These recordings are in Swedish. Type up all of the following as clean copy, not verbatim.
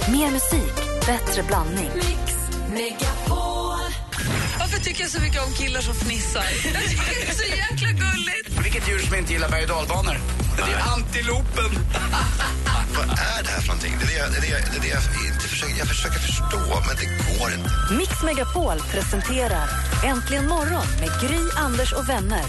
Mer musik, bättre blandning. Mix Megapol. Varför tycker jag så mycket om killar som fnissar? Jag tycker det är så jäkla gulligt. Vilket djur som inte gillar berg- och dalbanor? Det är antilopen. Vad är det här för någonting? Det är det jag inte försöker förstå, men det går inte. Mix Megapol presenterar Äntligen morgon med Gry, Anders och vänner.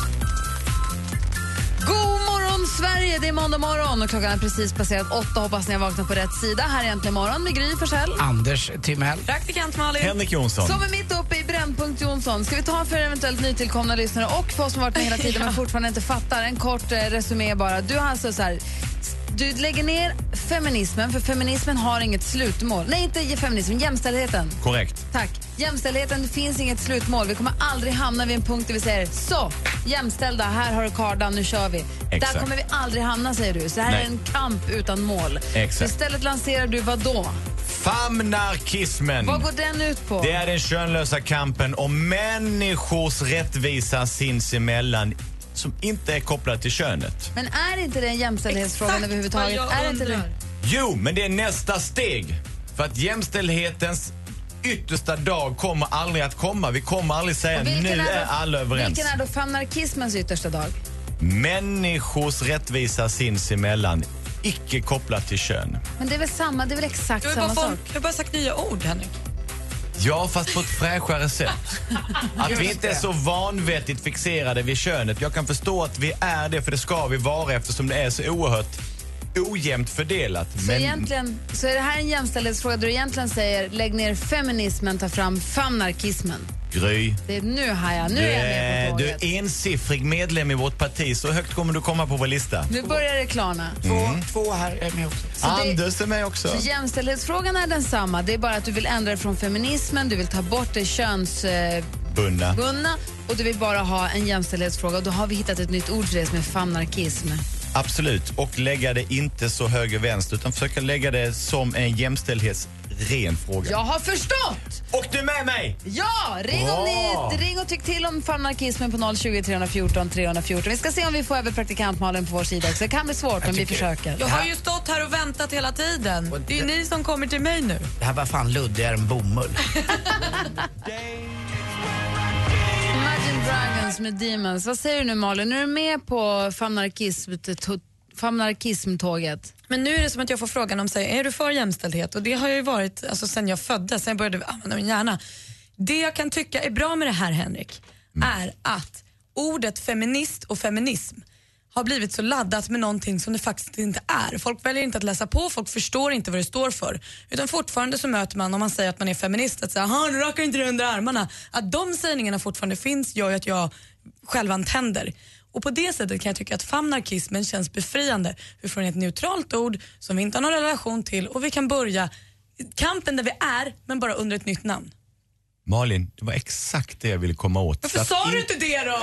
God morgon Sverige, det är måndag morgon och klockan är precis passerat 8. Hoppas ni har vaknat på rätt sida. Här är Äntligen morgon med Gry Forssell, Anders Timell, praktikant Malin, Henrik Jonsson. som är mitt uppe i Brännpunkt Jonsson. Ska vi ta för eventuellt nytillkomna lyssnare och för oss som varit med hela tiden men fortfarande inte fattar, en kort resumé bara. Du har alltså så här, du lägger ner feminismen, för feminismen har inget slutmål. Nej, inte feminismen, jämställdheten. Korrekt. Tack. Jämställdheten, det finns inget slutmål. Vi kommer aldrig hamna vid en punkt där vi säger så, jämställda, här har du kardan, nu kör vi. Exakt. Där kommer vi aldrig hamna, säger du. Så det här är en kamp utan mål. Exakt. Istället lanserar du vad då? Famnarkismen. Vad går den ut på? Det är den könlösa kampen om människors rättvisa sinsemellan som inte är kopplad till könet. Men är inte det en jämställdhetsfråga överhuvudtaget? Är inte det? Jo, men det är nästa steg. För att jämställdhetens yttersta dag kommer aldrig att komma. Vi kommer aldrig säga nu är alla överens. Vilken är då famnarkismens yttersta dag? Människors rättvisa sinsemellan, icke kopplat till kön. Men det är väl samma, det är väl exakt samma sak. Jag har bara sagt nya ord, Henrik. Ja, fast på ett fräschare sätt. Att vi inte är så vanvettigt fixerade vid könet. Jag kan förstå att vi är det, för det ska vi vara eftersom det är så oerhört ojämnt fördelat. Så egentligen så är det här en jämställdhetsfråga där du egentligen säger lägg ner feminismen, ta fram famnarkismen. Gry. Det är nu här, nu är jag med på Du tåget. är ensiffrig medlem i vårt parti. Så högt kommer du komma på vår lista. Nu börjar det klarna. två här är med också. Anders är med också. Så jämställdhetsfrågan är densamma. Det är bara att du vill ändra det från feminismen, du vill ta bort det könsbundna och du vill bara ha en jämställdhetsfråga. Och då har vi hittat ett nytt ord för det som är famnarkism. Absolut. Och lägga det inte så höger-vänster utan försöka lägga det som en jämställdhetsren fråga. Jag har förstått! Och du med mig! Ja! Ring och tyck till om famnarkismen på 020 314 314. Vi ska se om vi får över praktikant Malin på vår sida också. Det kan bli svårt, men vi försöker. Jag har ju stått här och väntat hela tiden. Det är ju ni som kommer till mig nu. Det här var fan luddigare än bomull. Imagine Dragons med Demons. Vad säger du nu, Malin? Är du med på famnarkismtåget? Men nu är det som att jag får frågan om är du för jämställdhet? Och det har jag ju varit sen jag föddes, sen jag började använda min hjärna. Det jag kan tycka är bra med det här, Henrik, är att ordet feminist och feminism har blivit så laddat med någonting som det faktiskt inte är. Folk väljer inte att läsa på, folk förstår inte vad det står för. Utan fortfarande så möter man, om man säger att man är feminist, att säga, du rakar inte dig under armarna. Att de sägningarna fortfarande finns gör ju att jag själv antänder. Och på det sättet kan jag tycka att famnarkismen känns befriande. Vi får ett neutralt ord som vi inte har någon relation till och vi kan börja kampen där vi är, men bara under ett nytt namn. Malin, det var exakt det jag ville komma åt. Varför sa du inte det då?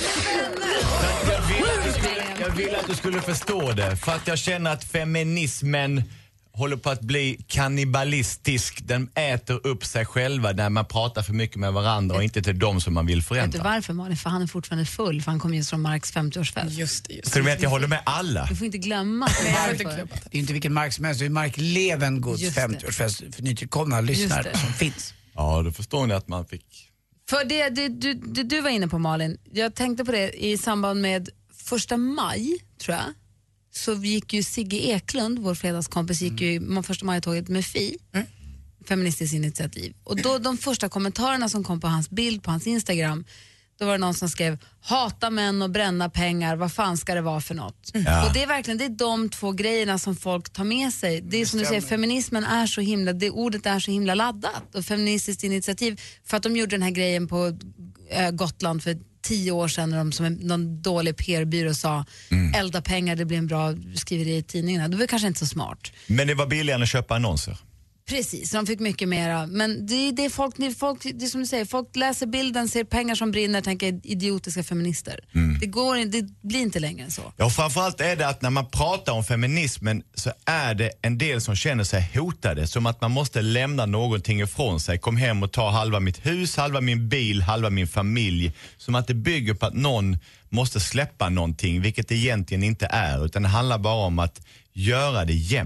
Jag ville att du skulle förstå det. För att jag känner att feminismen håller på att bli kannibalistisk. Den äter upp sig själva när man pratar för mycket med varandra och inte till dem som man vill förändra. Vet du varför, Malin? För han är fortfarande full, för han kom just från Marks 50-årsfest. Just det. Så du vet, jag håller med alla. Du får inte glömma. Det är inte vilken Mark som helst, det är Mark Levengoods 50-årsfest för nytillkomna lyssnare som finns. Ja, då förstår ni att man fick... För det du var inne på, Malin, jag tänkte på det i samband med 1 maj, tror jag, så gick ju Sigge Eklund, vår fredagskompis, gick ju 1 maj-tåget med Fi, Feministiskt initiativ. Och då de första kommentarerna som kom på hans bild på hans Instagram, då var det någon som skrev hata män och bränna pengar, vad fan ska det vara för något? Ja. Och det är verkligen, det är de två grejerna som folk tar med sig. Det är som du säger, feminismen är så himla, det ordet är så himla laddat. Och Feministiskt initiativ, för att de gjorde den här grejen på Gotland för 10 år sedan när de som någon dålig PR-byrå sa elda pengar, det blir en bra skriveri i tidningarna. Det var kanske inte så smart. Men det var billigare att köpa annonser. Precis, de fick mycket mera. Men det är folk, det är som du säger, folk läser bilden, ser pengar som brinner, tänker idiotiska feminister. Det blir inte längre än så. Ja, framförallt är det att när man pratar om feminismen så är det en del som känner sig hotade. Som att man måste lämna någonting ifrån sig. Kom hem och ta halva mitt hus, halva min bil, halva min familj. Som att det bygger på att någon måste släppa någonting, vilket det egentligen inte är. Utan det handlar bara om att göra det jämnt.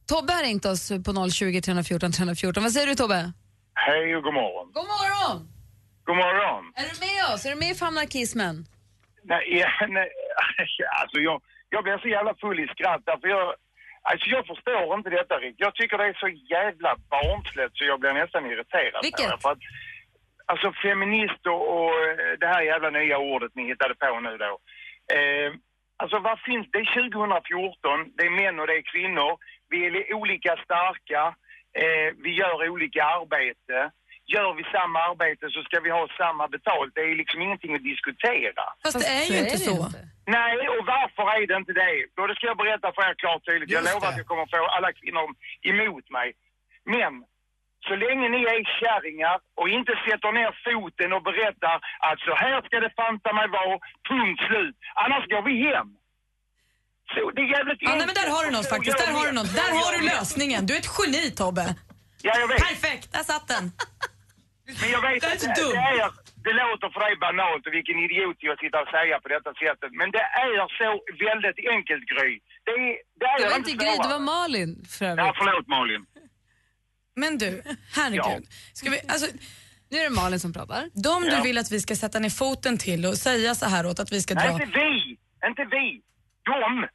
Tobbe har ringt oss på 020 314 314. Vad säger du, Tobbe? Hej och god morgon. God morgon! God morgon. Är du med oss? Är du med i famnarkismen? Nej, alltså jag blir så jävla full i skratt därför jag förstår inte detta, Rick. Jag tycker det är så jävla barnsligt så jag blir nästan irriterad. Vilket? För att, alltså feminist och det här jävla nya ordet ni hittade på nu då. Alltså vad finns det? Är 2014, det är män och det är kvinnor. Vi är olika starka, vi gör olika arbete. Gör vi samma arbete så ska vi ha samma betalt. Det är liksom ingenting att diskutera. Fast det är ju inte så. Nej, och varför är det inte det? Då det ska jag berätta för er klart tydligt. Jag lovar att jag kommer få alla kvinnor emot mig. Men så länge ni är kärringar och inte sätter ner foten och berättar att så här ska det fanta mig vara, punkt slut. Annars går vi hem. Så det är jävligt enkelt. Nej, men där har du något faktiskt. Där har du något. Där har du lösningen. Du är ett geni, Tobbe. Ja, jag vet. Perfekt, där satt den. Men jag vet att det låter för dig banalt och vilken idiot jag sitter och säger på detta sättet. Men det är så väldigt enkelt, Gry. Det var inte Gry, det var Malin för övrigt. Ja, förlåt Malin. Men du, herregud. Ska vi, alltså, nu är det Malin som pratar. Du vill att vi ska sätta ner foten till och säga så här åt att vi ska dra... Nej, inte vi. De.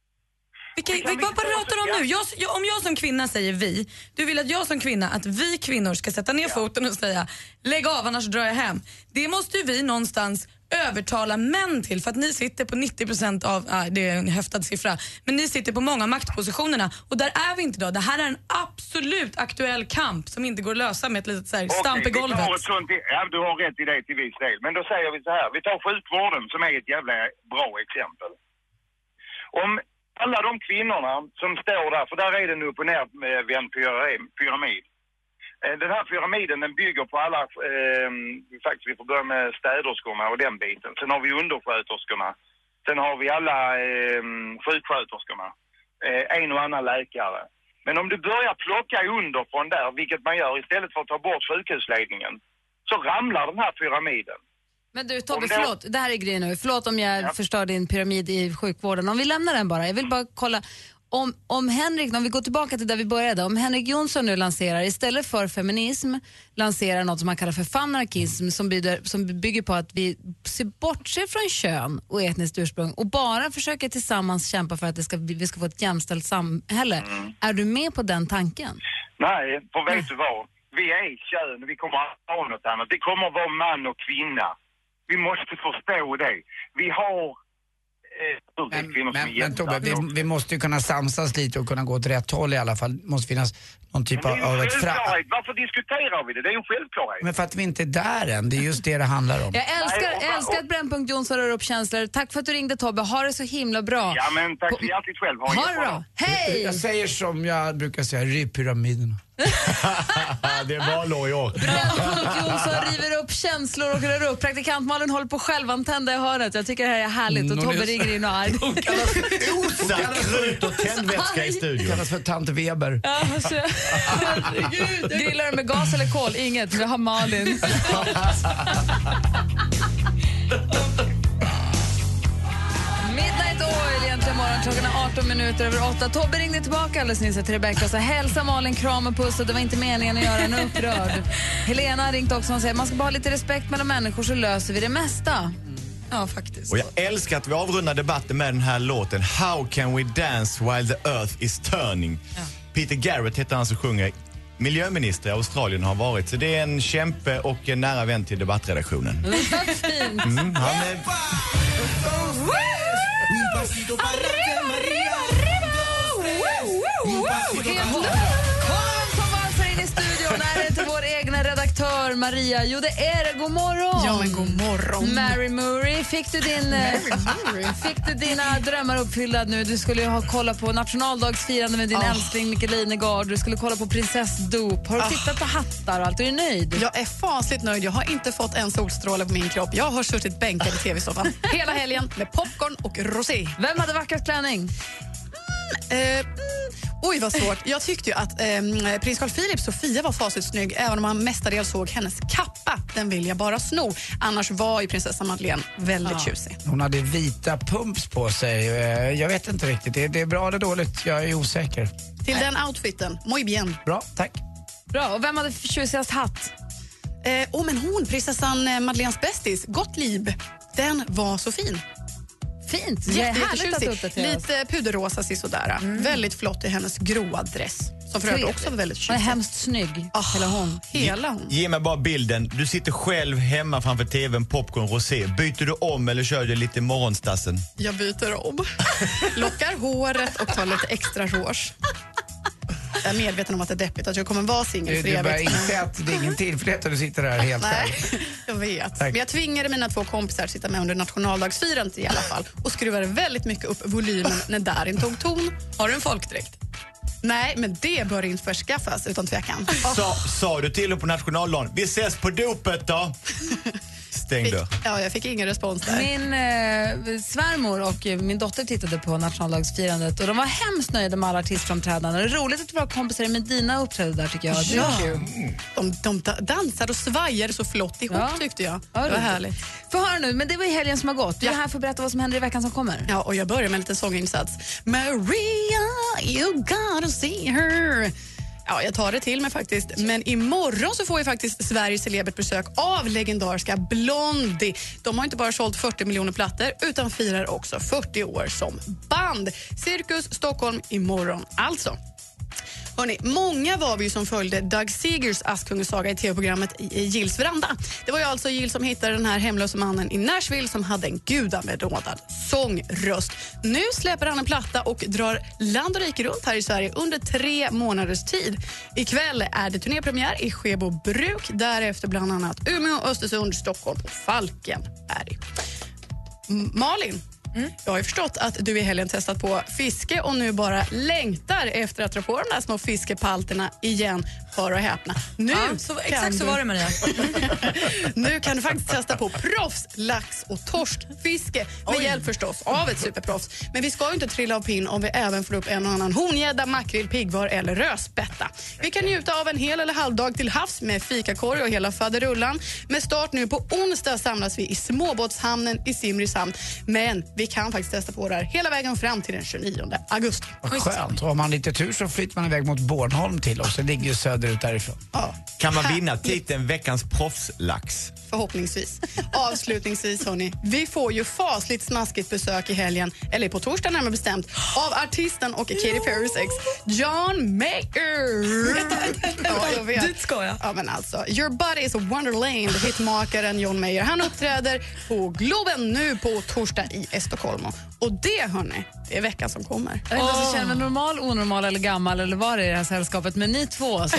Vad pratar du om nu? Om jag som kvinna säger vi, du vill att jag som kvinna, att vi kvinnor ska sätta ner foten och säga lägg av annars drar jag hem. Det måste ju vi någonstans övertala män till, för att ni sitter på 90% av, det är en höftad siffra, men ni sitter på många maktpositionerna och där är vi inte idag. Det här är en absolut aktuell kamp som inte går att lösa med ett litet så här stamp i golvet. Du har rätt i det till viss del, men då säger vi så här, vi tar sjukvården som är ett jävla bra exempel. Om alla de kvinnorna som står där, för där är det en upp och ner vänd pyramid. Den här pyramiden den bygger på alla, faktiskt vi får börja med städerskorna och den biten. Sen har vi undersköterskorna. Sen har vi alla sjuksköterskorna. En och annan läkare. Men om du börjar plocka underifrån där, vilket man gör istället för att ta bort sjukhusledningen, så ramlar den här pyramiden. Men du Tobbe, förlåt, det här är grejen nu. Förlåt om jag förstör din pyramid i sjukvården. Om vi lämnar den bara, jag vill bara kolla. Om Henrik, om vi går tillbaka till där vi började, om Henrik Jonsson nu lanserar, istället för feminism, lanserar något som man kallar för fanarkism som bygger på att vi bortser från kön och etniskt ursprung och bara försöker tillsammans kämpa för att vi ska få ett jämställt samhälle. Är du med på den tanken? Nej, för vet du vad? Vi är kön, vi kommer att ha något annat. Det kommer att vara man och kvinna. Vi måste förstå det. Vi har men Tobbe, vi måste ju kunna samsas lite och kunna gå åt rätt håll i alla fall. Det måste finnas någon typ av ett Varför diskuterar vi det? Det är ju en självklarhet. Men för att vi inte är där än, det är just det handlar om. Jag älskar att Brännpunkt Jonsson rör upp känslor. Tack för att du ringde Tobbe, ha det så himla bra. Ja men tack så hjärtligt själv. Ha det bra, hej! Jag säger som jag brukar säga, riv pyramiderna. Det är valår i år. Brännpunkt Jonsson river upp känslor och rör upp. Praktikant Malin håller på självantända i hörnet. Jag tycker det här är härligt och Tobbe ringer in och är arg. Osatt krut och tändvätska i studion. Det kallas för tant Weber. Herregud. Grillar du med gas eller kol? Inget, vi har Malin. Midnight Oil, egentligen morgon, klockan är 18 minuter över 8. Tobbe ringde tillbaka alldeles nyss till Rebecca och sa hälsa Malin, kram och puss och det var inte meningen att göra en upprörd. Helena har ringt också och säger man ska bara ha lite respekt mellan människor så löser vi det mesta. Ja, faktiskt. Och jag älskar att vi avrundar debatten med den här låten How can we dance while the earth is turning? Ja. Peter Garrett heter han som sjunger. Miljöminister i Australien har varit. Så det är en kämpe och en nära vän till debattredaktionen. Fint. Han är... Är det till vår egna redaktör Maria? Jo, det är det. God morgon. Ja, men god morgon. Mary Murray, fick du dina drömmar uppfyllda nu? Du skulle ju ha kollat på nationaldagsfirande med din älskling Mikael Linegard. Du skulle kolla på prinsessdop. Har du tittat på hattar och allt? Är du nöjd? Jag är fasligt nöjd. Jag har inte fått en solstråle på min kropp. Jag har suttit bänkad i tv-soffan hela helgen med popcorn och rosé. Vem hade vackrast klänning? Oj, vad svårt. Jag tyckte ju att prins Carl Philip Sofia var fasligt snygg, även om man mestadels såg hennes kappa. Den vill jag bara sno. Annars var ju prinsessan Madeleine väldigt tjusig. Hon hade vita pumps på sig. Jag vet inte riktigt. Det är bra eller dåligt? Jag är osäker. Till den outfiten. Muy bien. Bra, tack. Bra, och vem hade tjusigast hatt? Men hon, prinsessan Madeleines bästis, Gottlieb, den var så fin. Fint, Jättetjusig. Lite puderrosa sådär. Väldigt flott i hennes gråa dress. Som för övrigt också var väldigt tjusig. Hon är hemskt snygg, hela hon. Ge mig bara bilden. Du sitter själv hemma framför tvn, popcorn, rosé. Byter du om eller kör du lite morgonstassen? Jag byter om. Lockar håret och tar lite extra rouge. Jag är medveten om att det är deppigt att jag kommer vara singel för evigt. Du börjar inse att det är ingen tillfällighet att du sitter där helt själv. Nej, jag vet. Men jag tvingade mina 2 kompisar att sitta med under nationaldagsfirandet i alla fall och skruvade väldigt mycket upp volymen när Darin tog ton. Har du en folkdräkt? Nej, men det bör inte förskaffas utan tvekan. Sa du till på nationaldagen, vi ses på dopet då? Stäng dörr. Jag fick ingen respons där. Min svärmor och min dotter tittade på nationaldagsfirandet och de var hemskt nöjda med alla artistframträdanden. Det är roligt att våra kompisar med Dina uppträdde där, tycker jag. Det var kul. De dansade och svajade så flott ihop, tyckte jag. Det var härligt. Få höra nu, men det var ju helgen som har gått. Du är här för att berätta vad som händer i veckan som kommer. Ja, och jag börjar med en liten sånginsats. Maria, you gotta see her. Ja, jag tar det till mig faktiskt. Men imorgon så får vi faktiskt Sveriges celebert besök av legendariska Blondie. De har inte bara sålt 40 miljoner plattor utan firar också 40 år som band. Cirkus Stockholm imorgon alltså. Hörrni, många var vi ju som följde Doug Seegers Askungesaga i tv-programmet i Gills veranda. Det var ju alltså Gill som hittade den här hemlösa mannen i Nashville som hade en gudabedådad sångröst. Nu släpper han en platta och drar land och rike runt här i Sverige under 3 månaders tid. Ikväll är det turnépremiär i Skebo Bruk, därefter bland annat Umeå, Östersund, Stockholm och Falkenberg. Malin, jag har ju förstått att du i helgen testat på fiske och nu bara längtar efter att dra på de där små fiskepalterna igen. Hör och häpna. Exakt så var det, Maria. Nu kan du faktiskt testa på proffs, lax och torskfiske. Med hjälp förstås av ett superproffs. Men vi ska ju inte trilla av pinn om vi även får upp en och annan hongädda, makrill, piggvar eller rösbetta. Vi kan njuta av en hel eller halvdag till havs med fikakorg och hela faderullan. Med start nu på onsdag samlas vi i småbåtshamnen i Simrishamn. Men vi kan faktiskt testa på det här hela vägen fram till den 29 augusti. Vad skönt. Och om man har lite tur så flyttar man iväg mot Bornholm till oss. Det ligger ju söderut därifrån. Ja. Kan man vinna titeln veckans proffslax? Förhoppningsvis. Avslutningsvis, hörni. Vi får ju fasligt smaskigt besök i helgen, eller på torsdag närmare bestämt, av artisten och Katy Perrys ex John Mayer. Ja, jag vet. Dit ska jag. Ja, men alltså, Your Body is a Wonderland, hitmakaren John Mayer. Han uppträder på Globen nu på torsdag i Stockholm. Och det, hörni, det är veckan som kommer. Jag vet inte om jag känner mig normal, onormal eller gammal eller vad det är i det här sällskapet, men ni två alltså.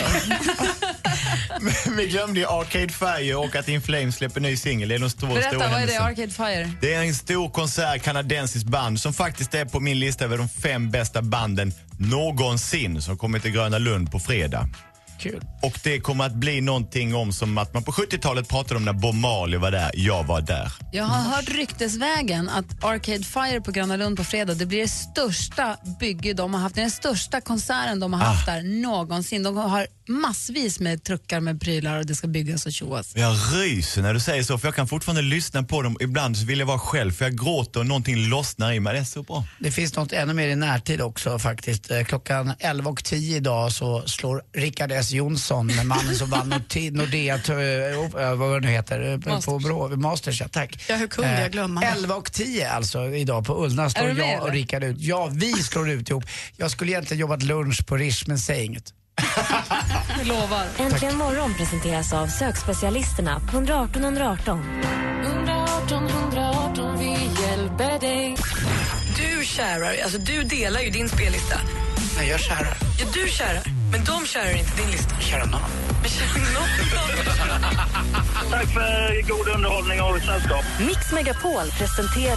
Vi glömde ju Arcade Fire och att In Flames släpper ny singel. Det är någon Berätta, vad är det händelsen. Arcade Fire? Det är en stor konsert, kanadensiskt band som faktiskt är på min lista över de 5 bästa banden någonsin som kommer till Gröna Lund på fredag. Kul. Och det kommer att bli någonting om som att man på 70-talet pratade om när Bob Marley var där. Jag var där. Jag har hört ryktesvägen att Arcade Fire på Gröna Lund på fredag, det blir det största bygge de har haft. Det är den största konserten de har haft där någonsin. De har massvis med truckar med prylar och det ska byggas och tjoas. Jag ryser när du säger så, för jag kan fortfarande lyssna på dem. Ibland så vill jag vara själv, för jag gråter och någonting lossnar i mig. Det är så bra. Det finns något ännu mer i närtid också faktiskt. Klockan 11:10 idag så slår Rickard S. Jonsson, mannen som vann Nordea, vad det nu heter, på Masters, ja, tack. Ja, hur kunde jag glömma? 11:10 alltså idag på Ullna står jag och Rickard ut. Ja, vi slår ut ihop. Jag skulle egentligen jobbat lunch på Rish, men säg inget. Jag lovar. Äntligen morgon presenteras av sökspecialisterna på 118 118. 118 118, vi hjälper dig. Du kärar, alltså du delar ju din spellista. Nej, jag kärar. Ja, du kärar, men de kärar inte din lista. Kärar någon. Men kärar någon. Tack för god underhållning och sällskap. Mix Megapol presenterar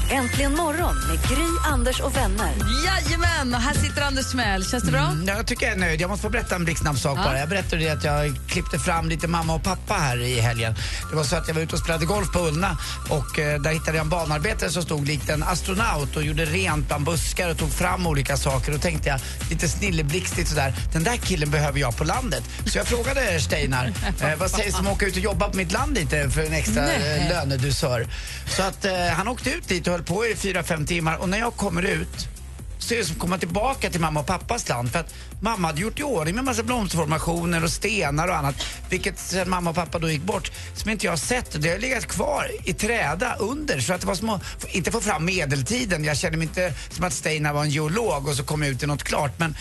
Äntligen morgon med Gry, Anders och vänner. Jajamän, och här sitter Anders Timell. Känns det bra? Jag tycker jag är nöjd. Jag måste få berätta en blixtsnabb sak bara. Jag berättade det att jag klippte fram lite mamma och pappa här i helgen. Det var så att jag var ute och spelade golf på Ullna och där hittade jag en banarbetare som stod likt en astronaut och gjorde rent bland buskar och tog fram olika saker. Och tänkte jag, lite snilleblixtigt sådär, den där killen behöver jag på landet. Så jag frågade Steinar, vad sägs om att åka ut och jobba på mitt land lite för en extra lönedusör. Så att han åkte ut dit och höll på i 4-5 timmar och när jag kommer ut så är det som att komma tillbaka till mamma och pappas land för att mamma hade gjort i ordning med massa blomsterformationer och stenar och annat, vilket sen mamma och pappa då gick bort som inte jag har sett. Det har legat kvar i träda under så att det var som att inte få fram medeltiden. Jag kände mig inte som att Steinar var en geolog och så kom jag ut i något klart, men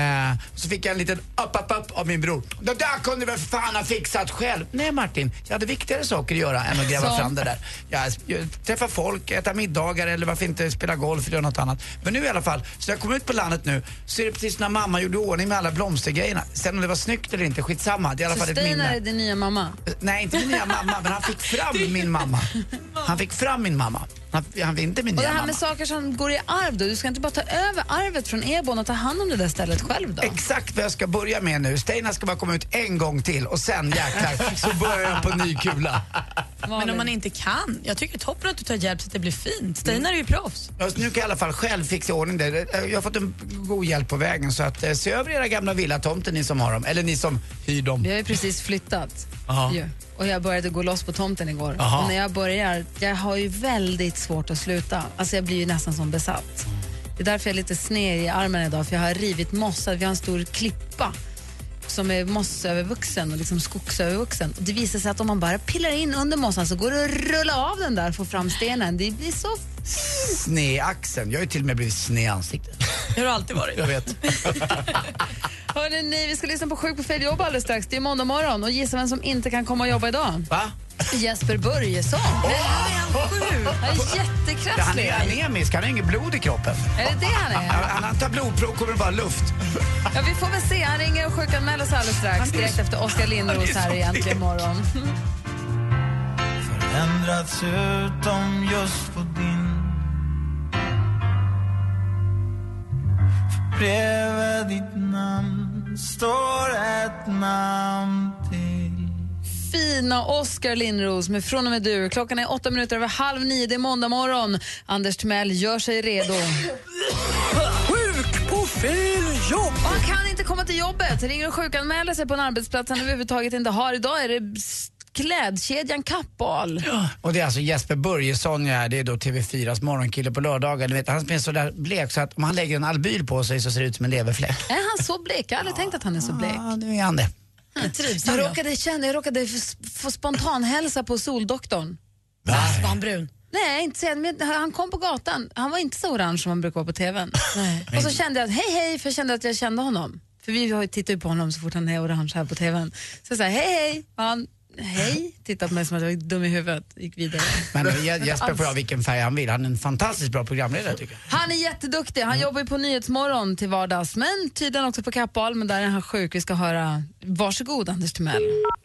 så fick jag en liten upp av min bror. Det där kunde väl för fan ha fixat själv. Nej Martin, jag hade viktigare saker att göra än att gräva fram det där. Jag träffa folk, äta middagar eller varför inte spela golf eller något annat. Men nu i alla fall, så jag kom ut på landet nu så är det precis när mamma gjorde ordning med alla blomstergrejerna. Sen om det var snyggt eller inte, skitsamma. Det är i alla fall ett minne. Steinar är din nya mamma? Nej, inte min nya mamma, men han fick fram min mamma. Han fick fram min mamma. Han vill inte min nya mamma. Och det här med saker som går i arv då? Du ska inte bara ta över arvet från Ebon och ta hand om det där stället själv då? Exakt vad jag ska börja med nu. Steinar ska bara komma ut en gång till och sen jäklar så börjar jag på ny kula. Men om man inte kan, jag tycker toppen att du tar hjälp så att det blir fint. Steinar är ju proffs. Ja, nu kan jag i alla fall själv fixa ordning det. Jag har fått en god hjälp på vägen så att se över era gamla villatomter ni som har dem, eller ni som hyr dem. Vi har ju precis flyttat. Ja. Och jag började gå loss på tomten igår. Aha. Och när jag börjar, jag har ju väldigt svårt att sluta. Alltså jag blir ju nästan som besatt. Det är därför jag är lite sned i armen idag, för jag har rivit mossar. Vi har en stor klippa som är mossövervuxen och liksom skogsövervuxen. Och det visar sig att om man bara pillar in under mossan så går det att rulla av den där och få fram stenen. Det blir så fint. Sneaxeln. Jag har ju till och med blivit sned i ansiktet. Det har alltid varit. Jag vet. Hörrni, vi ska lyssna på Sjuk på fel jobb alldeles strax. Det är måndag morgon och gissa vem som inte kan komma och jobba idag. Va? Jesper Börjesson. Han är jättekrasslig. Han är anemisk, han har inget blod i kroppen. Är det han är? Han tar blodprov, kommer det bara luft. Ja, vi får väl se. Han ringer och sjukanmäler oss alldeles strax. Direkt efter Oskar Lindros här i Äntligen morgon. Förändrats utom just på din. För bredvid ditt namn står ett namn till. Fina Oskar Lindros med Från och med du. Klockan är 8:08. Det är måndag morgon. Anders Timell gör sig redo. Sjuk på fel jobb! Och han kan inte komma till jobbet. Ringer och sjukanmäler sig på en arbetsplats han överhuvudtaget inte har. Idag är det klädkedjan Kappahl. Ja. Och det är alltså Jesper Börjesson, det är då TV4s morgonkille på lördagar. Du vet, han är så där blek så att om han lägger en albyl på sig så ser det ut som en leverfläck. Är han så blek? Jag har aldrig tänkt att han är så blek. Ja, nu är han det. Jag råkade få spontanhälsa på Soldoktorn. Var han brun? Nej, inte så, men han kom på gatan. Han var inte så orange som han brukar vara på tvn. Nej. Och så kände jag att hej, för jag kände att jag kände honom. För vi tittar ju på honom så fort han är orange här på tvn. Så jag sa hej. Och han tittade på mig som att jag var dum i huvudet. Gick vidare. Men Jesper får ha vilken färg han vill. Han är en fantastiskt bra programledare tycker jag. Han är jätteduktig. Han jobbar ju på Nyhetsmorgon till vardags. Men tydligen också på Kappahl. Men där är han sjuk. Vi ska höra. Varsågod Anders Timell.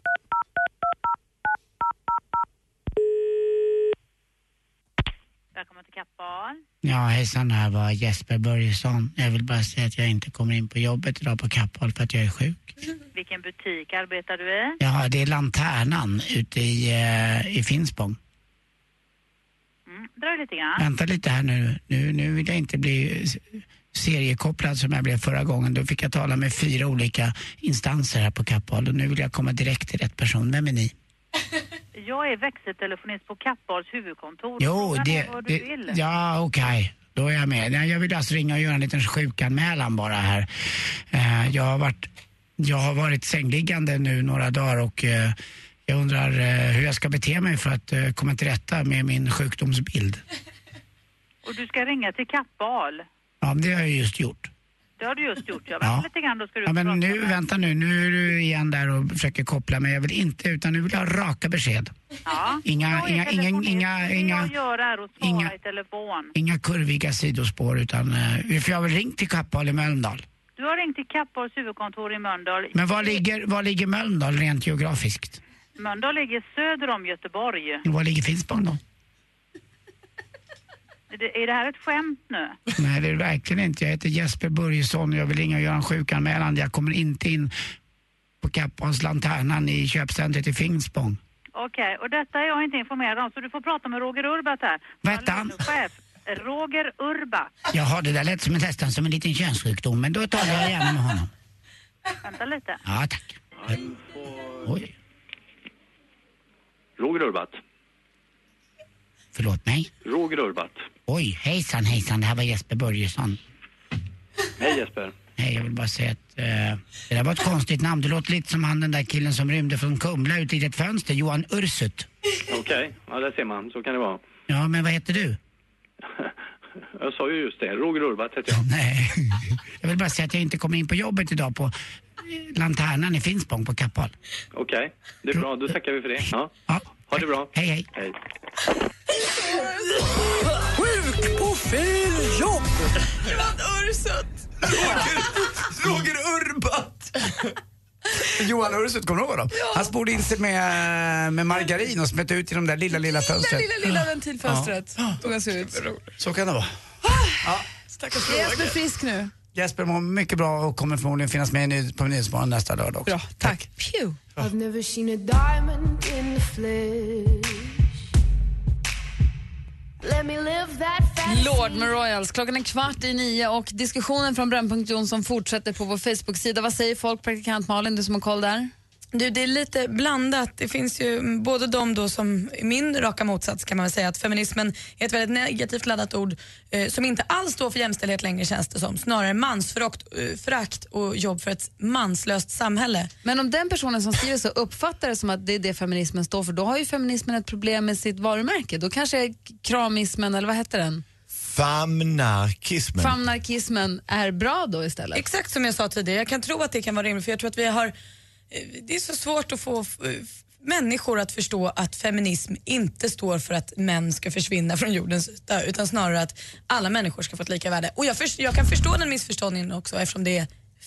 Välkommen till Kappahl. Ja, hejsan, här var Jesper Börjesson. Jag vill bara säga att jag inte kommer in på jobbet idag på Kappahl för att jag är sjuk. Vilken butik arbetar du i? Ja, det är Lanternan ute i Finspång. Dra lite grann. Vänta lite här nu. Nu vill jag inte bli seriekopplad som jag blev förra gången. Då fick jag tala med 4 olika instanser här på Kappahl och nu vill jag komma direkt till rätt person. Vem är ni? Jag är växeltelefonist på Kappahls huvudkontor. Jo, Ja, okej. Då är jag med. Jag vill alltså ringa och göra en liten sjukanmälan bara här. Jag har varit sängliggande nu några dagar och jag undrar hur jag ska bete mig för att komma till rätta med min sjukdomsbild. Och du ska ringa till Kappahl? Ja, det har jag just gjort. Det har du just gjort, ja. Vänta lite grann, då ska du men nu är du igen där och försöker koppla mig. Jag vill inte, utan nu vill jag ha raka besked. Ja. Inga kurviga sidospår, utan för jag har väl ringt till Kappahl i Mölndal. Du har ringt till Kappahls huvudkontor i Mölndal. Men var ligger Mölndal rent geografiskt? Mölndal ligger söder om Göteborg. Var ligger Finspång då? Är det här ett skämt nu? Nej, det är verkligen inte. Jag heter Jesper Börjesson och jag vill ringa och göra en sjukanmälan. Jag kommer inte in på Kappans Lanternan i köpcentret i Finspång. Okej, och detta är jag inte informerad om, så du får prata med Roger Urbat här. Vad heter han? Chef. Roger Urbat. Jaha, det där lät som nästan som en liten könssjukdom, men då talar jag gärna med honom. Vänta lite. Ja, tack. Oj. Roger Urbat. Förlåt mig? Roger Urbat. Oj, hejsan, det här var Jesper Börjesson. Hej Jesper. Nej, jag vill bara säga att det där var ett konstigt namn. Det låter lite som han den där killen som rymde från Kumla ut i ett fönster, Johan Ursut. Okej, ja där ser man, så kan det vara. Ja, men vad heter du? Jag sa ju just det, Roger Urbat heter jag. Nej, jag vill bara säga att jag inte kommer in på jobbet idag på Lanternan i Finspång på Kappahl. Okej, det är bra, då tackar vi för det. Ja. Ha det bra. Hej. Sjuk på fel jobb! Johan Ursut! Roger Urbat! Johan Ursut, kommer du ihåg dem? Ja. Han sporde in sig med margarin och smätte ut i de där lilla fönstret. Lilla ventilfönstret tog han sig ut. Så kan det vara. Stackars Roger. Jesper frisk nu. Jesper mår mycket bra och kommer förmodligen finnas med på Nyhetsmorgon nästa lördag också. Bra, tack. Pew. I've never seen a diamond in the flesh. Let me live that fantasy. Lord med Royals. Klockan är 8:15 och diskussionen från Brännpunkt Jonsson fortsätter på vår Facebook-sida. Vad säger folk, praktikant Malin, du som har koll där? Du, det är lite blandat. Det finns ju både de då som är min raka motsats, kan man väl säga, att feminismen är ett väldigt negativt laddat ord som inte alls står för jämställdhet längre, känns det som. Snarare mansförakt och jobb för ett manslöst samhälle. Men om den personen som skriver så uppfattar det som att det är det feminismen står för, då har ju feminismen ett problem med sitt varumärke. Då kanske kramismen, eller vad heter den? Famnarkismen är bra då istället. Exakt som jag sa tidigare. Jag kan tro att det kan vara rimligt, för jag tror att vi har... Det är så svårt att få människor att förstå att feminism inte står för att män ska försvinna från jordens yta, utan snarare att alla människor ska få ett lika värde. Och jag kan förstå den missförståndningen också, eftersom det är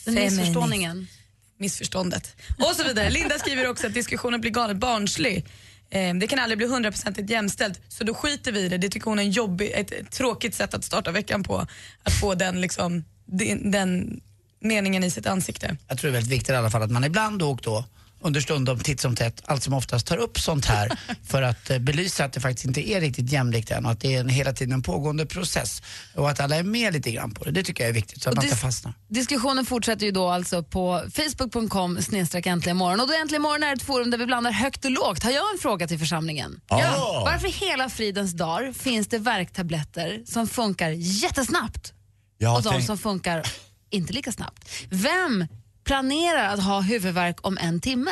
missförståndet. Och så vidare. Linda skriver också att diskussionen blir galet barnslig. Det kan aldrig bli 100% jämställt, så då skiter vi i det. Det tycker hon är ett tråkigt sätt att starta veckan på, att få den liksom, den meningen i sitt ansikte. Jag tror det är väldigt viktigt i alla fall att man ibland och då understundom titt som tätt, allt som oftast tar upp sånt här för att belysa att det faktiskt inte är riktigt jämlikt än och att det är hela tiden en pågående process och att alla är med lite grann på det. Det tycker jag är viktigt så att man inte fastnar. Diskussionen fortsätter ju då alltså på facebook.com/äntligenmorgon, och då Äntligen morgon är ett forum där vi blandar högt och lågt. Har jag en fråga till församlingen? Ja. Varför hela fridens dag finns det värktabletter som funkar jättesnabbt och de som funkar inte lika snabbt? Vem planerar att ha huvudvärk om 1 timme?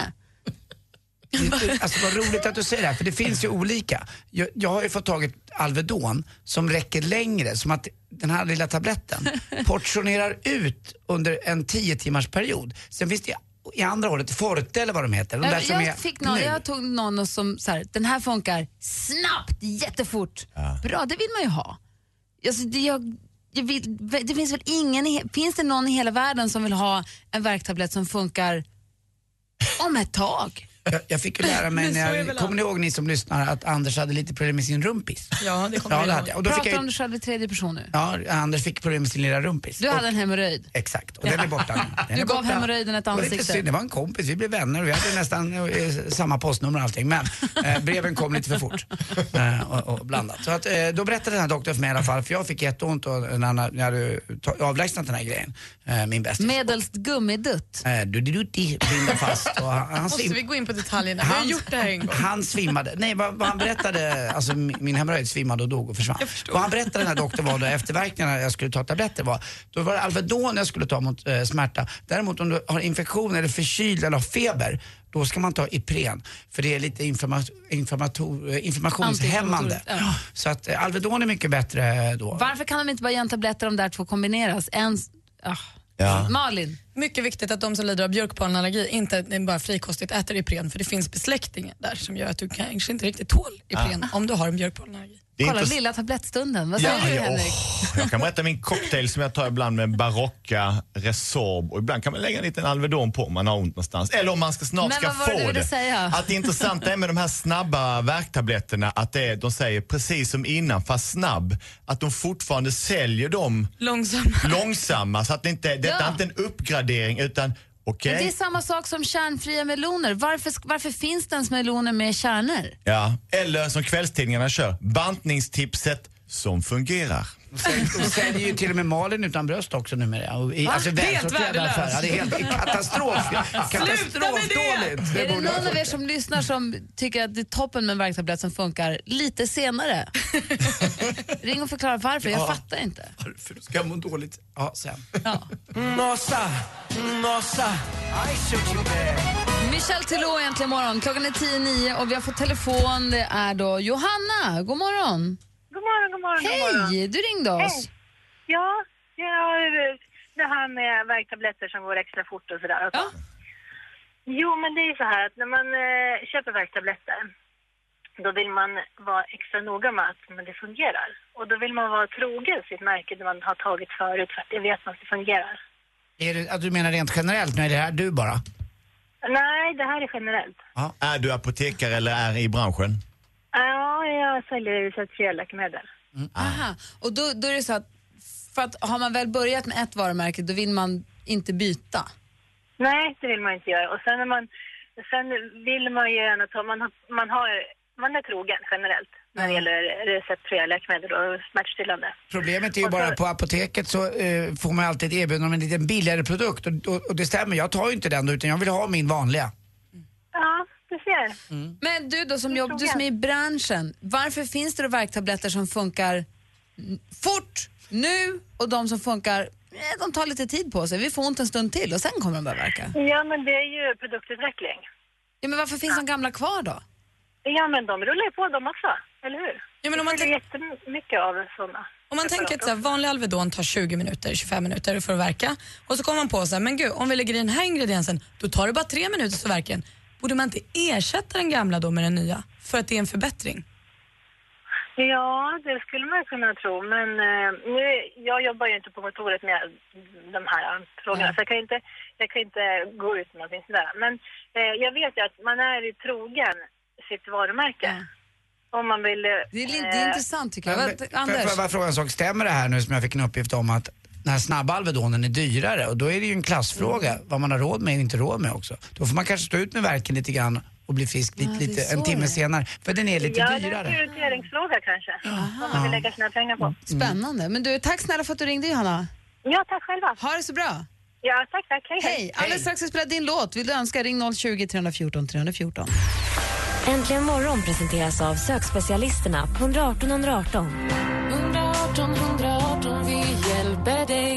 Alltså vad roligt att du säger det här, för det finns ju olika. Jag har ju fått tagit Alvedon som räcker längre, som att den här lilla tabletten portionerar ut under en 10 timmars period. Sen finns det i andra året Forte eller vad de heter. De där jag tog någon som så här, den här funkar snabbt, jättefort. Bra, det vill man ju ha. Alltså, det finns väl finns det någon i hela världen som vill ha en värktablett som funkar om ett tag? Jag fick ju lära mig kommer ni ihåg, ni som lyssnar, att Anders hade lite problem med sin rumpis? Ja, det kommer jag ihåg. Pratar om du själv i tredje person nu? Ja, Anders fick problem med sin lilla rumpis. Du hade en hemorröjd. Exakt, och den är borta nu. Du gav hemorröjden ett ansikte. Det var en kompis, vi blev vänner och vi hade nästan samma postnummer och allting. Men breven kom lite för fort och blandat. Så att, då berättade den här doktorn för mig i alla fall, för jag fick jätteont och när jag hade avlägsnat den här grejen. Min bästis. Medelst gummidutt. Binda fast. Och måste vi gå in på detaljerna? Vi har gjort det här en gång. Han svimmade. Nej, vad han berättade, alltså min hemorrojd svimmade och dog och försvann. Vad han berättade, den här doktorn, var då efterverkningarna jag skulle ta tabletter var, då var det Alvedon jag skulle ta mot smärta. Däremot om du har infektion eller förkyld eller har feber, då ska man ta Ipren, för det är lite inflammationshämmande. Ja. Så att Alvedon är mycket bättre då. Varför kan de inte bara ge en tabletter om de där två kombineras? Malin? Mycket viktigt att de som lider av björkpollenallergi inte bara frikostigt äter Ipren, för det finns besläktningar där som gör att du kanske inte riktigt tål Ipren om du har en björkpollenallergi. Kolla lilla tablettstunden. Vad säger du, Henrik? Jag kan berätta min cocktail som jag tar ibland med Barocca, Resorb och ibland kan man lägga en liten Alvedon på om man har ont någonstans. Eller om man ska få det. Säga? Att det intressanta är med de här snabba värktabletterna att de säger precis som innan fast snabb, att de fortfarande säljer dem långsamma så att detta är inte en uppgradering utan okay. Det är samma sak som kärnfria meloner. Varför finns det ens meloner med kärnor? Ja, eller som kvällstidningarna kör, bantningstipset som fungerar. De säljer ju till och med Malin utan bröst också numera. Alltså, helt värdelöst. Det är helt katastrof. Katastrofdåligt. Är det någon av er som lyssnar som tycker att det är toppen med en värktablett som funkar lite senare? Ring och förklara varför, jag fattar inte. Varför ska jag må dåligt? Ja, sen. Ja. Nossa. Michel Tillå äntligen morgon. Klockan är 10:09 och vi har fått telefon. Det är då Johanna. God morgon. God morgon. Hej, du ringde oss. Hej. Ja, det här med värktabletter som går extra fort och sådär. Ja. Jo, men det är ju så här att när man köper värktabletter då vill man vara extra noga med att det fungerar. Och då vill man vara trogen sitt märke det man har tagit förut för att det vet man att det fungerar. Är det att du menar rent generellt? Nu är det här du bara? Nej, det här är generellt. Ja. Är du apotekare eller är i branschen? Ja, jag säljer receptfria läkemedel. Aha, och då är det så att, för att har man väl börjat med ett varumärke då vill man inte byta? Nej, det vill man inte göra. Och sen vill man ju gärna ta, man är trogen generellt när det gäller receptfria läkemedel och smärtstillande. Problemet är ju bara på apoteket så får man alltid erbjuda om en liten billigare produkt och det stämmer, jag tar ju inte den utan jag vill ha min vanliga. Ja, du ser. Men du då du som är i branschen, varför finns det då värktabletter som funkar fort nu och de som funkar, de tar lite tid på sig, vi får ont en stund till och sen kommer de börja verka? Ja, men det är ju produktutveckling. Ja, men varför finns de gamla kvar då? Ja, men de rullar ju på dem också, eller hur? Ja, men om man det är jättemycket av sådana. Om man tänker att så här, vanlig Alvedon tar 20 minuter, 25 minuter för att verka och så kommer man på så här, men gud, om vi lägger i den här ingrediensen då tar det bara 3 minuter så verken. Borde man inte ersätta den gamla då med den nya för att det är en förbättring? Ja, det skulle man kunna tro, men jag jobbar ju inte på kontoret med de här frågorna så jag kan inte gå ut med någonting sådär. Men jag vet ju att man är ju trogen sitt varumärke. Om man vill... Det är intressant tycker jag. Anders? Får jag bara fråga en sak, stämmer det här nu som jag fick en uppgift om att den här snabba Alvedonen är dyrare och då är det ju en klassfråga vad man har råd med och inte råd med också. Då får man kanske stå ut med verken lite grann och bli frisk en timme senare för den är lite dyrare. Ja, det är en prioriteringsfråga kanske. Vad man vill lägga sina pengar på. Spännande. Men du, tack snälla för att du ringde Johanna. Ja, tack själva. Ha det så bra. Ja, tack. Hej. Alldeles strax ska spela din låt. Vill du önska, ring 020 314 314. Äntligen morgon presenteras av sökspecialisterna på 118 118. 118 118, vi hjälper dig.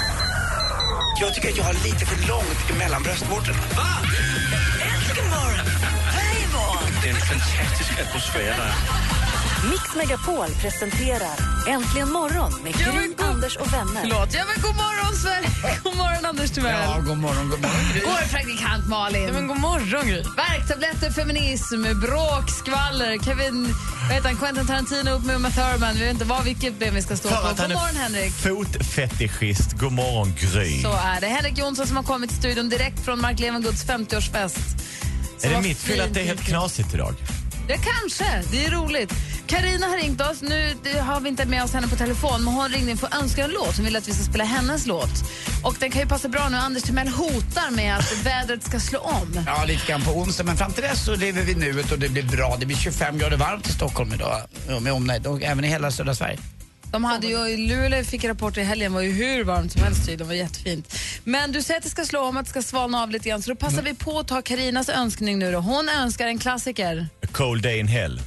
Jag tycker att jag har lite för långt emellan bröstvårtorna. Va? Äntligen morgon! Det är en fantastisk atmosfär där. Mix Megapol presenterar Äntligen morgon med Gry, Anders och vänner. Förlåt. Ja, men god morgon Sverige. God morgon Anders Timell. Ja, god morgon Gry. God praktikant Malin. Ja, men god morgon Gry. Värktabletter, feminism, bråk, skvaller. Quentin Tarantino upp med Uma Thurman. Vi vet inte vilket ben vi ska stå på. God morgon Henrik. Fotfetischist. God morgon Gry. Så är det. Henrik Jonsson som har kommit till studion direkt från Mark Levengoods 50-årsfest. Är det mitt fel att det är helt knasigt idag? Ja, kanske. Det är roligt. Carina har ringt oss. Nu har vi inte med oss henne på telefon, men hon ringde in för att önska en låt. Hon vill att vi ska spela hennes låt. Och den kan ju passa bra nu. Anders Timell hotar med att vädret ska slå om. Ja, lite grann på onsdag. Men fram till dess så lever vi nuet och det blir bra. Det blir 25 grader varmt i Stockholm idag. Med omnejd. Och även i hela södra Sverige. De hade ju, i Luleå fick rapporter i helgen, var ju hur varmt som helst. Det var jättefint. Men du säger att det ska slå om, att det ska svalna av lite grann. Så då passar vi på att ta Karinas önskning nu då. Hon önskar en klassiker. A Cold Day in Hell.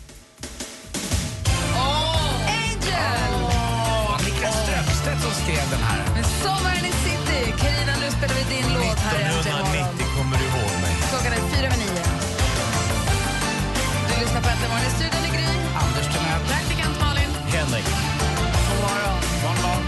Niklas Strömstedt som skrev den här. Men sommaren i city. Carina, nu spelar vi din låt här i Äntligen morgon. 1990 kommer du ihåg mig. Klockan är 4:09. Du lyssnar på Äntligen morgon. I studion är Gry. Anders Timell. Praktikant Malin. Henrik. God morgon. God morgon.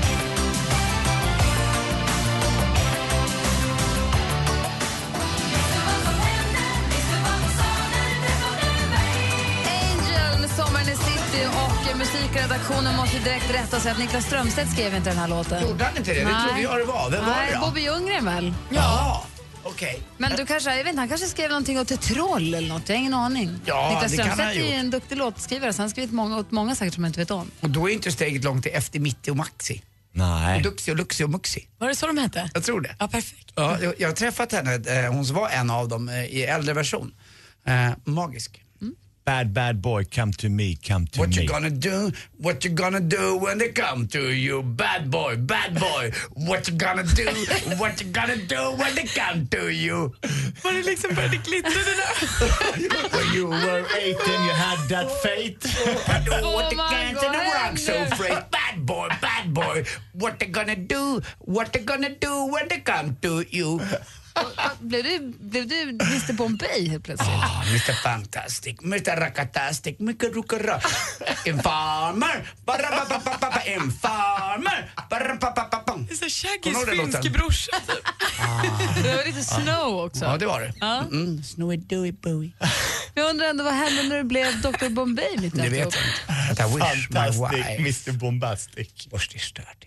Angel med sommaren i city och musik Rockredaktionen måste direkt rätta sig att Niklas Strömstedt skrev inte den här låten. Gjorde han inte det? Det trodde jag det var. Vem var det då? Bobby Ljunggren väl? Ja. Okej. Men du kanske, jag vet inte, han kanske skrev någonting åt ett troll eller något, jag har ingen aning. Ja, Niklas det kan han Strömstedt ha är ju gjort. en duktig låtskrivare, så han har skrivit åt många saker som jag inte vet om. Och då är inte steget långt till efter Mitti och Maxi. Nej. Duxi och Luxi och Muxi. Var det så de hette? Jag tror det. Ja, perfekt. Ja, jag har träffat henne, hon var en av dem i äldre version. Magisk. Bad boy, come to me, come to What me. you gonna do? What you gonna do when they come to you? Bad boy, bad boy. What you gonna do? What you gonna do when they come to you? Var det liksom började glittra det där? When you were 18 you had that fate. What you can't and the rock so free. Bad boy. What you gonna do? What you gonna do when they come to you? Blev du Mr. Bombay helt plötsligt? Mr. Fantastic, Mr. Rakatastic, Mr. Rukara. En farmer, en farmer. Det är så Shaggys finske brorsa. Det var lite Snow också. Ja, det var det. Ja. Snowy Dooey Booey. Jag undrar ändå vad hände när du blev Dr. Bombay mitt i Det vet jag inte. I wish my Fantastic, wife Mr. Bombastic. was this dirty.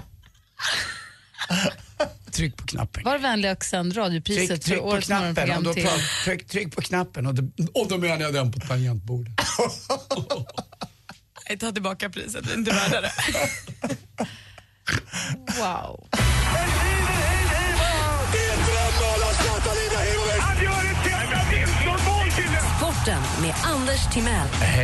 Tryck på knappen. Var vänlig och sänd radiopriset Tryck för på årets knappen och morgonprogram då till... tryck på knappen och då menar jag den på tangentbordet. Jag tar tillbaka priset, det är inte värda det. Wow. Sporten med Anders Timell.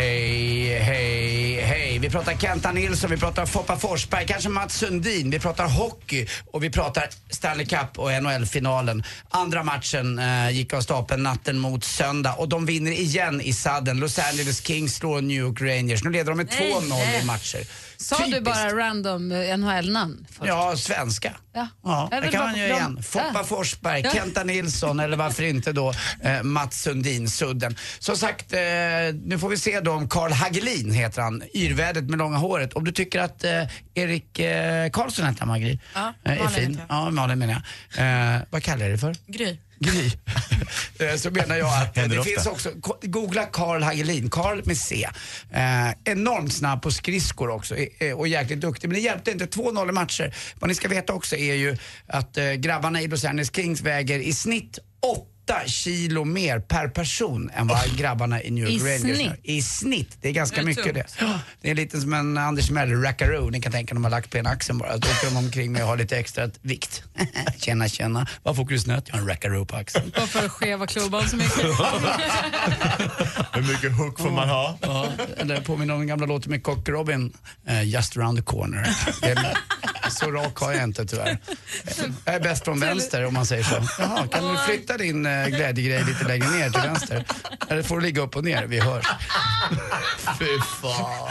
Hej. Vi pratar Kenta Nilsson, vi pratar Foppa Forsberg, kanske Mats Sundin, vi pratar hockey och vi pratar Stanley Cup och NHL-finalen. Andra matchen gick av stapeln natten mot söndag och de vinner igen i sadden. Los Angeles Kings slår New York Rangers. Nu leder de med 2-0 i matcher. Sa Typiskt. du bara random NHL-namn först? Ja, svenska. Ja. Det kan man göra igen. Foppa Forsberg, Kenta Nilsson eller varför inte då Mats Sundin, Sudden. Som sagt, nu får vi se då om Carl Hagelin heter han, yrvädet med långa håret. Om du tycker att Erik Karlsson heter Magri, är fin. Ja, Malin menar jag. Vad kallar jag det för? Gry. Så menar jag att Händer det ofta. finns också, googla Carl Hagelin, Carl med C. Enormt snabb på skridskor också och jäkligt duktig. Men det hjälpte inte, 2-0 i matcher. Vad ni ska veta också är ju att grabbarna i Los Angeles Kings väger i snitt 8 kilo mer per person än vad grabbarna i New York Rangers gör. I snitt. Det är ganska mycket det. Det är lite som en Anders Timell rackaroo. Ni kan tänka när de har lagt på en axeln bara. Då åker de omkring med och har lite extra vikt. Tjena. Varför åker du snöt? Jag har en rackaroo på axeln. Varför skeva klubban så mycket? Hur mycket hook får man ha? Ja, eller påminner om den gamla låten med Cock Robin, Just around the corner. Så rak har jag inte tyvärr. Jag är bäst från vänster om man säger så. Jaha, kan du flytta din glädjegrej lite längre ner till vänster? Eller får du ligga upp och ner? Vi hörs. Fy fan.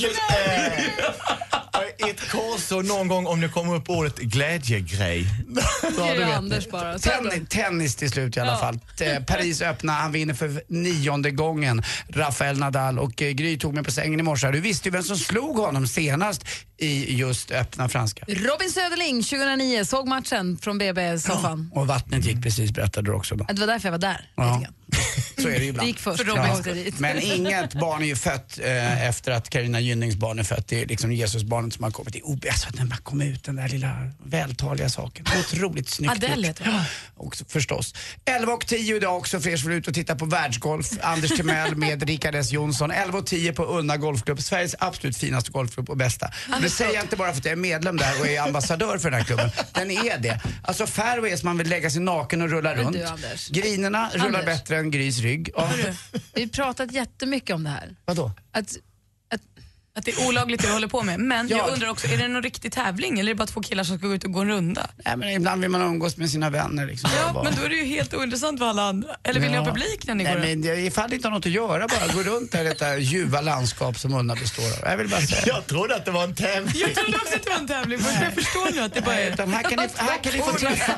Ett korso någon gång om det kommer upp ordet glädjegrej. Det är Anders bara. Tennis till slut i alla fall. Paris öppna, han vinner för 9:e gången. Rafael Nadal och Gry tog mig på sängen i morse. Du visste ju vem som slog honom senast i just öppna franska. Robin Söderling 2009, såg matchen från BB-soffan. Och vattnet gick precis, berättade du också då. Det var därför jag var där. Ja. Så är det ju ibland. Det gick först. Men inget barn är ju fött efter att Carina Gynnings barn är fött. Det är liksom Jesusbarnet som har kommit. Alltså att den bara kom ut, den där lilla vältaliga saken. Otroligt snyggt Adele gjort. Också, förstås. 11:10 idag också för er som vill ut och titta på världsgolf. Anders Timell med Rickard S. Jonsson. 11:10 på Unna Golfklubb. Sveriges absolut finaste golfklubb och bästa. Och det säger jag inte bara för att jag är medlem där och är ambassadör för den här klubben. Den är det. Alltså Fairways man vill lägga sig naken och rulla runt. Grinerna rullar bättre än Grys rygg. Ja. Vi har pratat jättemycket om det här. Vadå? Att det är olagligt det du håller på med. Men jag undrar också, är det någon riktig tävling eller är det bara två killar som ska gå ut och gå en runda? Nej, men ibland vill man umgås med sina vänner liksom. Ja, men då är det ju helt ointressant för alla andra. Eller vill ni ha publik när ni går runt? Nej, men ifall det inte har något att göra, bara gå runt där i detta ljuva landskap som Unna består av. Jag vill bara säga. Jag trodde att det var en tävling. Jag trodde också att det var en tävling, men jag förstår nu att det bara är... Här kan ni få träffa...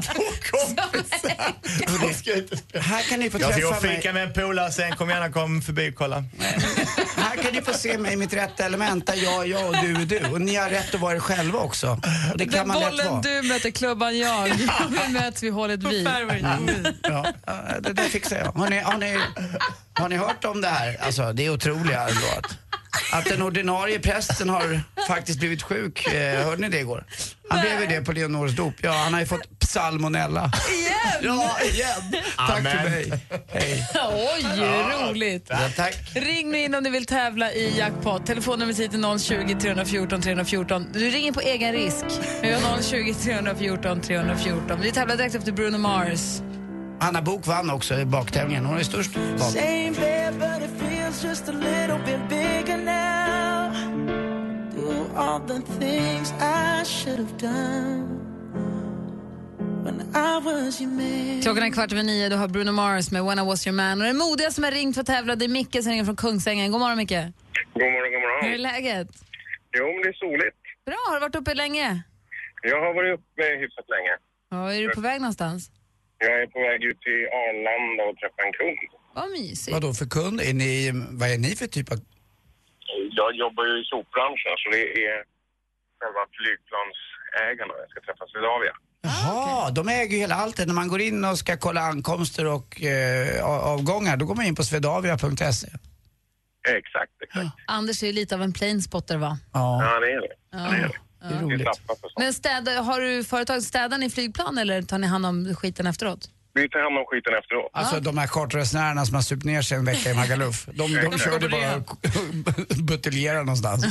Här kan ni få träffa mig. Jag får fika med en polare sen, kom förbi och kolla. Här kan ni få se mig i mitt rätta element, där jag och du är du. Och ni har rätt att vara er själva också. Och det kan man lätt vara. Bollen du möter klubban jag. Vi möts vid hålet vi. Ja, det där fixar jag. Har ni hört om det här? Alltså, det är otroliga ändå att att den ordinarie prästen har faktiskt blivit sjuk. Hörde ni det igår? Han blev ju det på Leonors dop. Ja, han har ju fått salmonella. Igen? Ja, igen. Tack för mig. Hej. Oj, roligt. Ja, tack. Ring nu in om du vill tävla i jackpot. Telefonnumret hit är 020 314 314. Du ringer på egen risk. Vi har 020 314 314. Vi tävlar direkt efter Bruno Mars. Anna Bok vann också i baktävlingen. Hon är störst bak. Same bed, but it feels just a little bit bigger now. Do all the things I should have done when I was your man. Klockan är 8:15. Du har Bruno Mars med When I Was Your Man. Och den modiga som har ringt för att tävla, det är Micke som ringer från Kungsängen. God morgon, Micke. God morgon, god morgon. Hur är läget? Jo, men det är soligt. Bra, har du varit uppe länge? Jag har varit uppe hyfsat länge. Ja, är du på väg någonstans? Jag är på väg ut till Arlanda och träffa en kund. Vad mysigt. Vadå för kund? Vad är ni för typ av... Jag jobbar ju i sopbranschen, så det är själva flygplansägarna. Jag ska träffa Swedavia. Jaha, de äger ju hela alltet. När man går in och ska kolla ankomster och avgångar, då går man in på svedavia.se. Exakt. Anders är ju lite av en planespotter, va? Ja, det är det. Ja. Det är det. Det är roligt. Men har du företag städan i flygplan eller tar ni hand om skiten efteråt? Vi tar hand om skiten efteråt. Alltså de här charterresenärerna som har supt ner sig en vecka i Magaluf. De körde bara och buteljerar någonstans.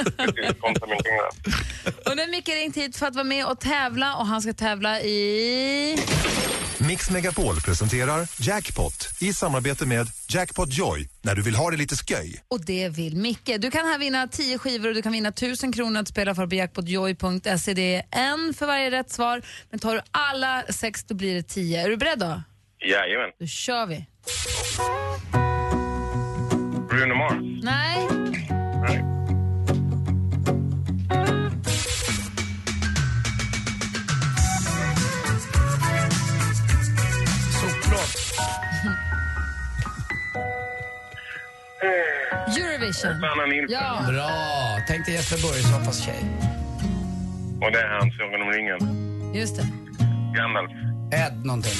Och nu är Micke ringt hit för att vara med och tävla, och han ska tävla i... Mix Megapol presenterar Jackpot i samarbete med Jackpot Joy, när du vill ha det lite sköj. Och det vill Micke. Du kan här vinna 10 skivor och du kan vinna 1000 kronor att spela för på jackpotjoy.se. Det är en för varje rätt svar. Men tar du alla 6 då blir det 10. Är du beredd då? Jajamän. Då kör vi. Bruno Mars? Nej. Nej. Eurovision. Ja. Bra. Tänk dig Jesper Börjesson fast tjej. Och det är han som om ringen. Just det. Gandalf. Ed någonting.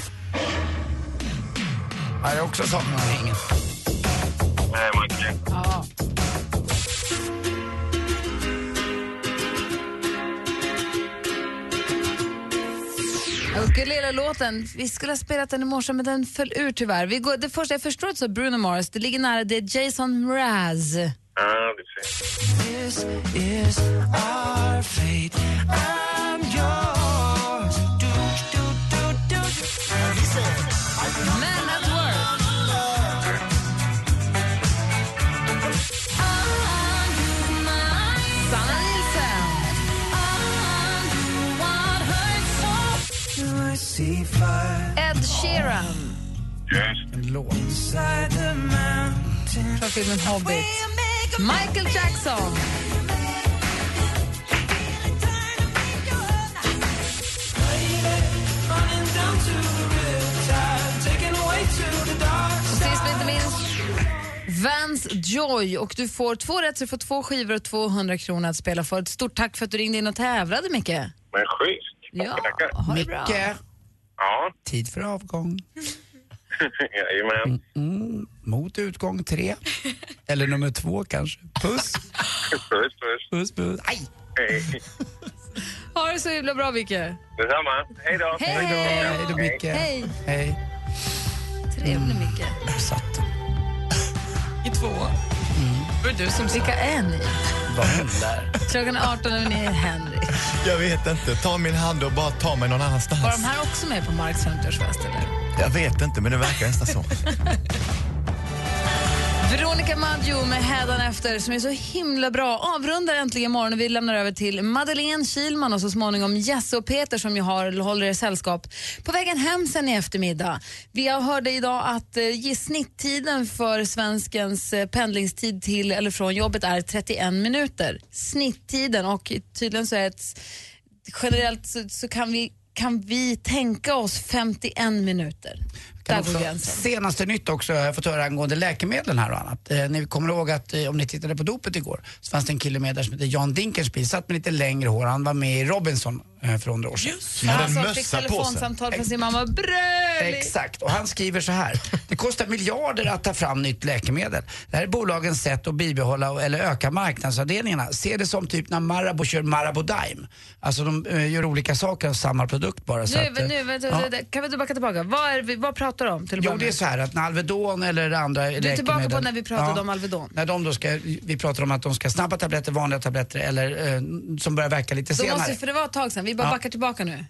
Jag har också saknat ringen. Nej, Michael. Ja. Jag skulle lilla låten. Vi skulle ha spelat den i morse, men den föll ur tyvärr. Det första jag förstår så Bruno Mars. Det ligger nära, det är Jason Mraz. Ja, det ser. This is our fate. I'm yours. Men at work. Sanna Nielsen. Ed Sheeran. En låt. Från filmen Hobbit. Michael Jackson. Och sist men inte minst Vans Joy. Och du får 2 rätt, så du får 2 skivor och 200 kronor att spela för. Ett stort tack för att du ringde in och tävlade, Micke. Men schysst. Ja, ha det bra. Micke. Ja. Tid för avgång. Jajamän. Mot utgång 3. Eller nummer 2 kanske. Puss. Puss. Aj. Hej. Ha det så himla bra, Micke. Detsamma. Hej då. Hej då, Micke. Hej. Hej. Trevlig, Micke. Uppsatt. I 2. Var det du som... Vilka är ni? Vad händer? Klockan är 18 och ni är Henrik. Jag vet inte. Ta min hand och bara ta mig någon annanstans. Var de här också med på Marks 50-årsfest, eller? Jag vet inte, men det verkar nästan så. Veronica Maggio med Hädanefter som är så himla bra. Avrundar äntligen morgon och vi lämnar över till Madeleine Kilman och så småningom Jesse och Peter som ju håller er sällskap på vägen hem sen i eftermiddag. Vi har hörde idag att snitttiden för svenskens pendlingstid till eller från jobbet är 31 minuter. Snitttiden, och tydligen så är det generellt så kan vi tänka oss 51 minuter. Där går gränsen. Senaste nytt också, jag har fått höra angående läkemedel här och annat. Ni kommer ihåg att om ni tittade på dopet igår så fanns det en kille med där som heter John Dinkelspiel, satt med lite längre hår. Han var med i Robinson för 100 år sedan. Han fick telefonsamtal från sin mamma. Exakt, och han skriver så här. Det kostar miljarder att ta fram nytt läkemedel. Det här är bolagens sätt att bibehålla eller öka marknadsavdelningarna. Se det som typ när Marabou kör Marabou Dime. Alltså de gör olika saker av samma produkt bara. Kan vi backa tillbaka? Vad pratar du om? Jo, det är så här att när Alvedon eller andra läkemedel... Du är tillbaka på när vi pratade om Alvedon. När de då vi pratar om att de ska snabba tabletter, vanliga tabletter eller som börjar verka lite senare. För det var ett tag sedan, vi bara backar tillbaka nu.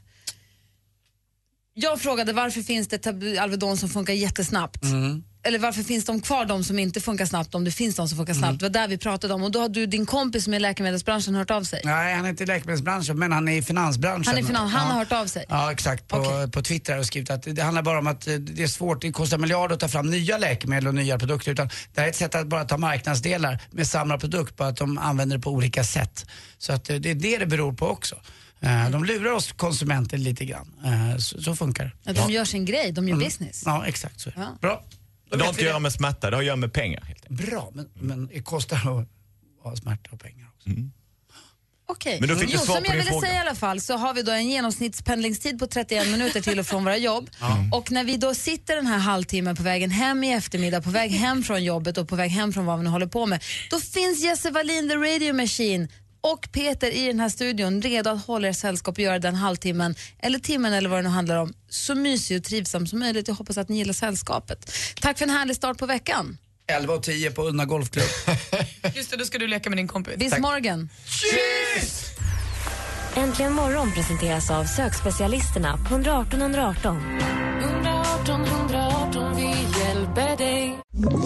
Jag frågade varför finns det Alvedon som funkar jättesnabbt? Eller varför finns de kvar, de som inte funkar snabbt, om det finns de som funkar snabbt? Det var där vi pratade om. Och då har du din kompis som är i läkemedelsbranschen hört av sig. Nej, han är inte i läkemedelsbranschen, men han är i finansbranschen. Han har hört av sig? Ja, exakt. På Twitter har skrivit att det handlar bara om att det är svårt, det kostar miljarder att ta fram nya läkemedel och nya produkter. Utan det här är ett sätt att bara ta marknadsdelar med samma produkt, bara att de använder det på olika sätt. Så att det är det beror på också. De lurar oss konsumenter lite grann. Så funkar det. De gör sin grej, de gör business. Ja, exakt så. Ja. Bra. Det har inte att göra med smärta, det har att göra med pengar. Helt enkelt. Bra, men det kostar att ha smärta och pengar också. Okej, Men då fick du svar som på jag din ville fråga. säga i alla fall, så har vi då en genomsnittspendlingstid på 31 minuter till och från våra jobb. Och när vi då sitter den här halvtimmen på vägen hem i eftermiddag, på väg hem från jobbet och på väg hem från vad vi nu håller på med, då finns Jesse Wallin, The Radio Machine, och Peter i den här studion redo att hålla er sällskap och göra den halvtimmen eller timmen eller vad det nu handlar om så mysig och trivsam som möjligt. Jag hoppas att ni gillar sällskapet. Tack för en härlig start på veckan. 11:10 på Unna Golfklubb. Just det, då ska du leka med din kompis. Bis morgon. Cheers! Äntligen morgon presenteras av sökspecialisterna på 118 118. 118 118, vi hjälper dig.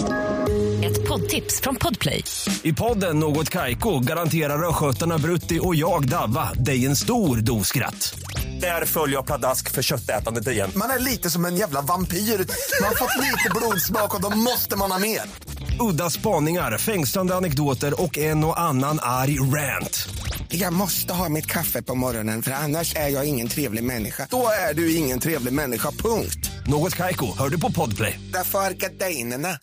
Ett poddtips från Podplay. I podden Något Kaiko garanterar skötarna Brutti och jag Davva dig en stor doskratt. Där följer jag pladask för köttätandet igen. Man är lite som en jävla vampyr. Man har fått lite blodsmak och då måste man ha mer. Udda spaningar, fängslande anekdoter och en och annan arg rant. Jag måste ha mitt kaffe på morgonen för annars är jag ingen trevlig människa. Då är du ingen trevlig människa, punkt. Något Kaiko, hör du på Podplay. Därför är gardinerna.